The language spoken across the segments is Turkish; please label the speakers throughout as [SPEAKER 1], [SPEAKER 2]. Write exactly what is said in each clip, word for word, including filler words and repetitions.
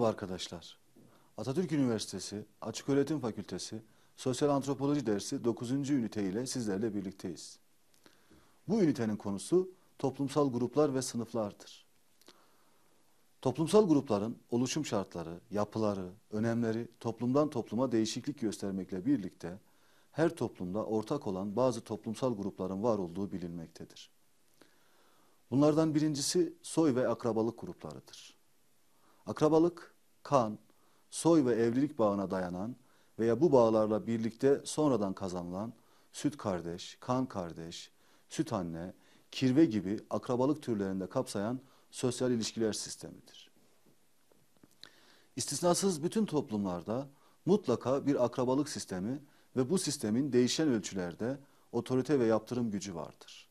[SPEAKER 1] Merhaba arkadaşlar. Atatürk Üniversitesi Açıköğretim Fakültesi Sosyal Antropoloji dersi dokuzuncu ünite ile sizlerle birlikteyiz. Bu ünitenin konusu toplumsal gruplar ve sınıflardır. Toplumsal grupların oluşum şartları, yapıları, önemleri toplumdan topluma değişiklik göstermekle birlikte her toplumda ortak olan bazı toplumsal grupların var olduğu bilinmektedir. Bunlardan birincisi soy ve akrabalık gruplarıdır. Akrabalık, kan, soy ve evlilik bağına dayanan veya bu bağlarla birlikte sonradan kazanılan süt kardeş, kan kardeş, süt anne, kirve gibi akrabalık türlerinde kapsayan sosyal ilişkiler sistemidir. İstisnasız bütün toplumlarda mutlaka bir akrabalık sistemi ve bu sistemin değişen ölçülerde otorite ve yaptırım gücü vardır.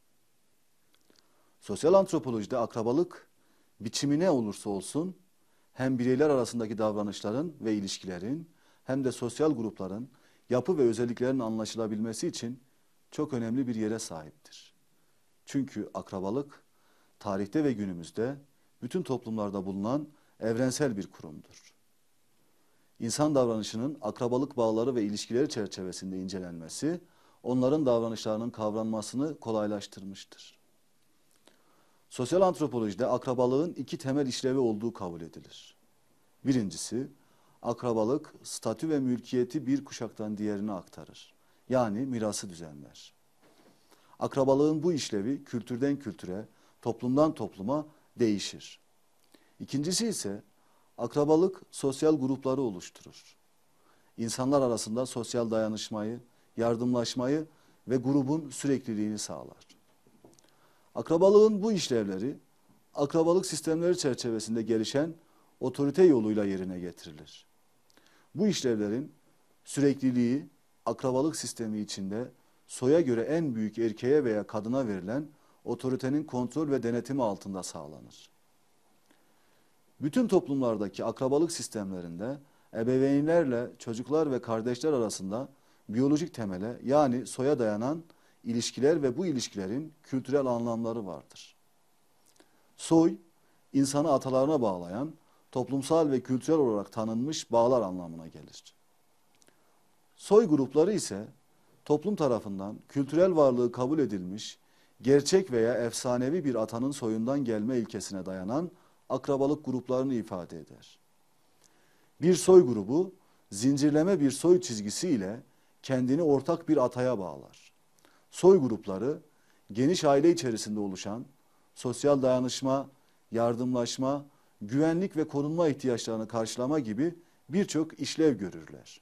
[SPEAKER 1] Sosyal antropolojide akrabalık biçimi ne olursa olsun hem bireyler arasındaki davranışların ve ilişkilerin hem de sosyal grupların yapı ve özelliklerinin anlaşılabilmesi için çok önemli bir yere sahiptir. Çünkü akrabalık tarihte ve günümüzde bütün toplumlarda bulunan evrensel bir kurumdur. İnsan davranışının akrabalık bağları ve ilişkileri çerçevesinde incelenmesi, onların davranışlarının kavranmasını kolaylaştırmıştır. Sosyal antropolojide akrabalığın iki temel işlevi olduğu kabul edilir. Birincisi, akrabalık statü ve mülkiyeti bir kuşaktan diğerine aktarır. Yani mirası düzenler. Akrabalığın bu işlevi kültürden kültüre, toplumdan topluma değişir. İkincisi ise akrabalık sosyal grupları oluşturur. İnsanlar arasında sosyal dayanışmayı, yardımlaşmayı ve grubun sürekliliğini sağlar. Akrabalığın bu işlevleri, akrabalık sistemleri çerçevesinde gelişen otorite yoluyla yerine getirilir. Bu işlevlerin sürekliliği, akrabalık sistemi içinde soya göre en büyük erkeğe veya kadına verilen otoritenin kontrol ve denetimi altında sağlanır. Bütün toplumlardaki akrabalık sistemlerinde ebeveynlerle çocuklar ve kardeşler arasında biyolojik temele yani soya dayanan ilişkiler ve bu ilişkilerin kültürel anlamları vardır. Soy, insanı atalarına bağlayan, toplumsal ve kültürel olarak tanınmış bağlar anlamına gelir. Soy grupları ise toplum tarafından kültürel varlığı kabul edilmiş, gerçek veya efsanevi bir atanın soyundan gelme ilkesine dayanan akrabalık gruplarını ifade eder. Bir soy grubu, zincirleme bir soy çizgisi ile kendini ortak bir ataya bağlar. Soy grupları, geniş aile içerisinde oluşan, sosyal dayanışma, yardımlaşma, güvenlik ve korunma ihtiyaçlarını karşılama gibi birçok işlev görürler.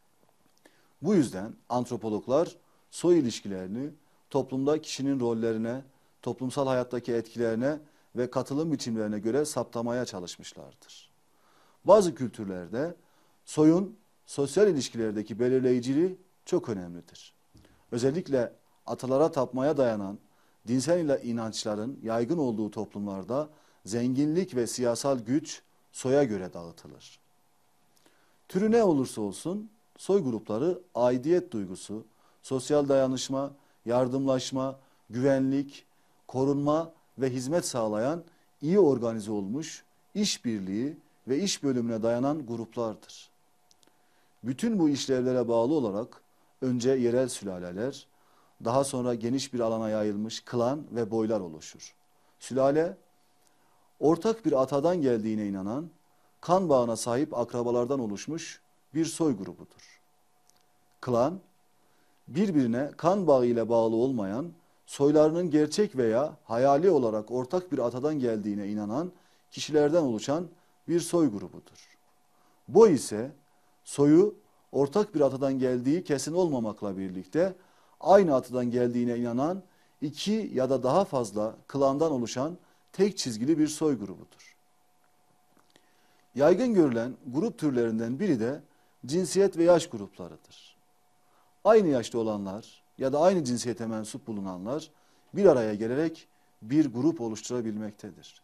[SPEAKER 1] Bu yüzden antropologlar soy ilişkilerini toplumda kişinin rollerine, toplumsal hayattaki etkilerine ve katılım biçimlerine göre saptamaya çalışmışlardır. Bazı kültürlerde soyun sosyal ilişkilerdeki belirleyiciliği çok önemlidir. Özellikle atalara tapmaya dayanan dinsel inançların yaygın olduğu toplumlarda zenginlik ve siyasal güç soya göre dağıtılır. Türü ne olursa olsun soy grupları aidiyet duygusu, sosyal dayanışma, yardımlaşma, güvenlik, korunma ve hizmet sağlayan iyi organize olmuş işbirliği ve iş bölümüne dayanan gruplardır. Bütün bu işlevlere bağlı olarak önce yerel sülaleler, daha sonra geniş bir alana yayılmış klan ve boylar oluşur. Sülale, ortak bir atadan geldiğine inanan, kan bağına sahip akrabalardan oluşmuş bir soy grubudur. Klan, birbirine kan bağı ile bağlı olmayan, soylarının gerçek veya hayali olarak ortak bir atadan geldiğine inanan kişilerden oluşan bir soy grubudur. Boy ise soyu ortak bir atadan geldiği kesin olmamakla birlikte aynı atadan geldiğine inanan iki ya da daha fazla klandan oluşan tek çizgili bir soy grubudur. Yaygın görülen grup türlerinden biri de cinsiyet ve yaş gruplarıdır. Aynı yaşta olanlar ya da aynı cinsiyete mensup bulunanlar bir araya gelerek bir grup oluşturabilmektedir.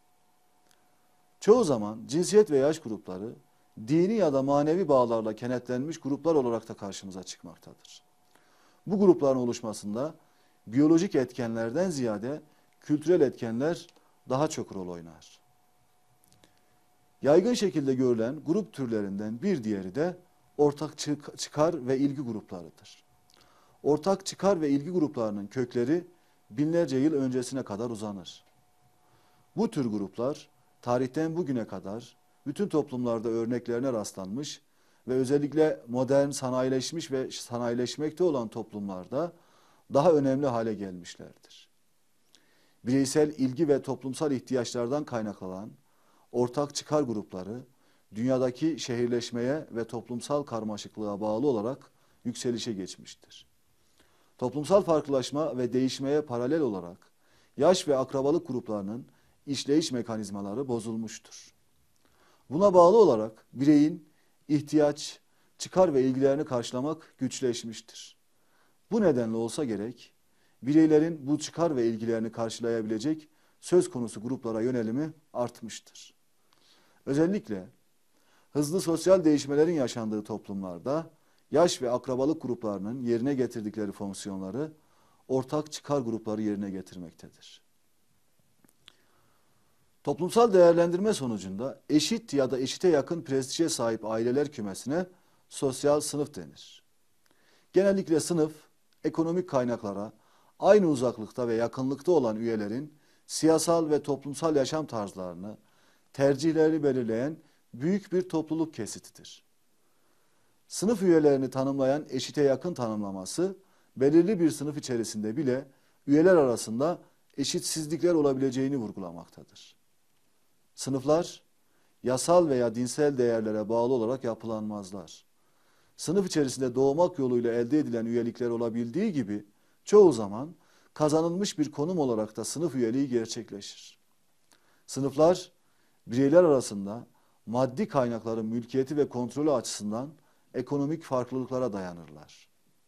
[SPEAKER 1] Çoğu zaman cinsiyet ve yaş grupları dini ya da manevi bağlarla kenetlenmiş gruplar olarak da karşımıza çıkmaktadır. Bu grupların oluşmasında biyolojik etkenlerden ziyade kültürel etkenler daha çok rol oynar. Yaygın şekilde görülen grup türlerinden bir diğeri de ortak çıkar ve ilgi gruplarıdır. Ortak çıkar ve ilgi gruplarının kökleri binlerce yıl öncesine kadar uzanır. Bu tür gruplar tarihten bugüne kadar bütün toplumlarda örneklerine rastlanmış ve özellikle modern sanayileşmiş ve sanayileşmekte olan toplumlarda daha önemli hale gelmişlerdir. Bireysel ilgi ve toplumsal ihtiyaçlardan kaynaklanan ortak çıkar grupları dünyadaki şehirleşmeye ve toplumsal karmaşıklığa bağlı olarak yükselişe geçmiştir. Toplumsal farklılaşma ve değişmeye paralel olarak yaş ve akrabalık gruplarının işleyiş mekanizmaları bozulmuştur. Buna bağlı olarak bireyin ihtiyaç, çıkar ve ilgilerini karşılamak güçleşmiştir. Bu nedenle olsa gerek, bireylerin bu çıkar ve ilgilerini karşılayabilecek söz konusu gruplara yönelimi artmıştır. Özellikle hızlı sosyal değişmelerin yaşandığı toplumlarda yaş ve akrabalık gruplarının yerine getirdikleri fonksiyonları ortak çıkar grupları yerine getirmektedir. Toplumsal değerlendirme sonucunda eşit ya da eşite yakın prestije sahip aileler kümesine sosyal sınıf denir. Genellikle sınıf, ekonomik kaynaklara aynı uzaklıkta ve yakınlıkta olan üyelerin siyasal ve toplumsal yaşam tarzlarını, tercihlerini belirleyen büyük bir topluluk kesitidir. Sınıf üyelerini tanımlayan eşite yakın tanımlaması, belirli bir sınıf içerisinde bile üyeler arasında eşitsizlikler olabileceğini vurgulamaktadır. Sınıflar, yasal veya dinsel değerlere bağlı olarak yapılanmazlar. Sınıf içerisinde doğmak yoluyla elde edilen üyelikler olabildiği gibi, çoğu zaman kazanılmış bir konum olarak da sınıf üyeliği gerçekleşir. Sınıflar, bireyler arasında maddi kaynakların mülkiyeti ve kontrolü açısından ekonomik farklılıklara dayanırlar.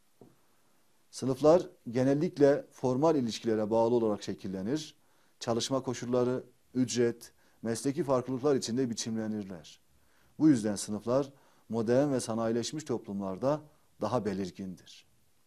[SPEAKER 1] Sınıflar genellikle formal ilişkilere bağlı olarak şekillenir, çalışma koşulları, ücret, mesleki farklılıklar içinde biçimlenirler. Bu yüzden sınıflar modern ve sanayileşmiş toplumlarda daha belirgindir.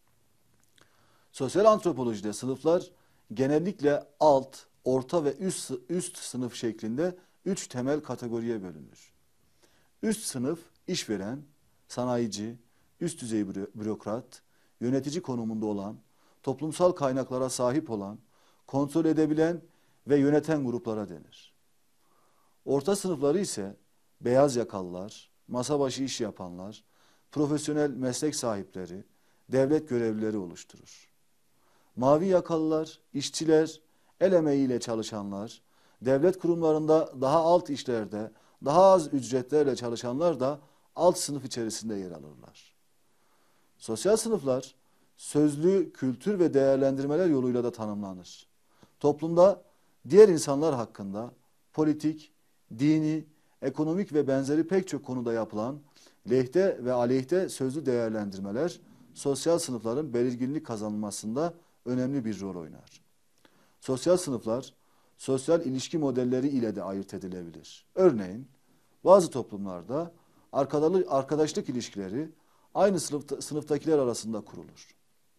[SPEAKER 1] Sosyal antropolojide sınıflar genellikle alt, orta ve üst, üst sınıf şeklinde üç temel kategoriye bölünür. Üst sınıf işveren, sanayici, üst düzey bürokrat, yönetici konumunda olan, toplumsal kaynaklara sahip olan, kontrol edebilen ve yöneten gruplara denir. Orta sınıfları ise beyaz yakalılar, masa başı iş yapanlar, profesyonel meslek sahipleri, devlet görevlileri oluşturur. Mavi yakalılar, işçiler, el emeğiyle çalışanlar, devlet kurumlarında daha alt işlerde, daha az ücretlerle çalışanlar da alt sınıf içerisinde yer alırlar. Sosyal sınıflar, sözlü kültür ve değerlendirmeler yoluyla da tanımlanır. Toplumda diğer insanlar hakkında politik, dini, ekonomik ve benzeri pek çok konuda yapılan lehte ve aleyhte sözlü değerlendirmeler sosyal sınıfların belirginlik kazanılmasında önemli bir rol oynar. Sosyal sınıflar sosyal ilişki modelleri ile de ayırt edilebilir. Örneğin bazı toplumlarda arkadaşlık ilişkileri aynı sınıfta, sınıftakiler arasında kurulur.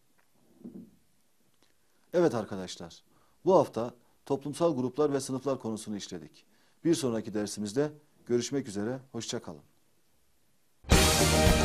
[SPEAKER 1] Evet arkadaşlar, bu hafta toplumsal gruplar ve sınıflar konusunu işledik. Bir sonraki dersimizde görüşmek üzere, hoşça kalın.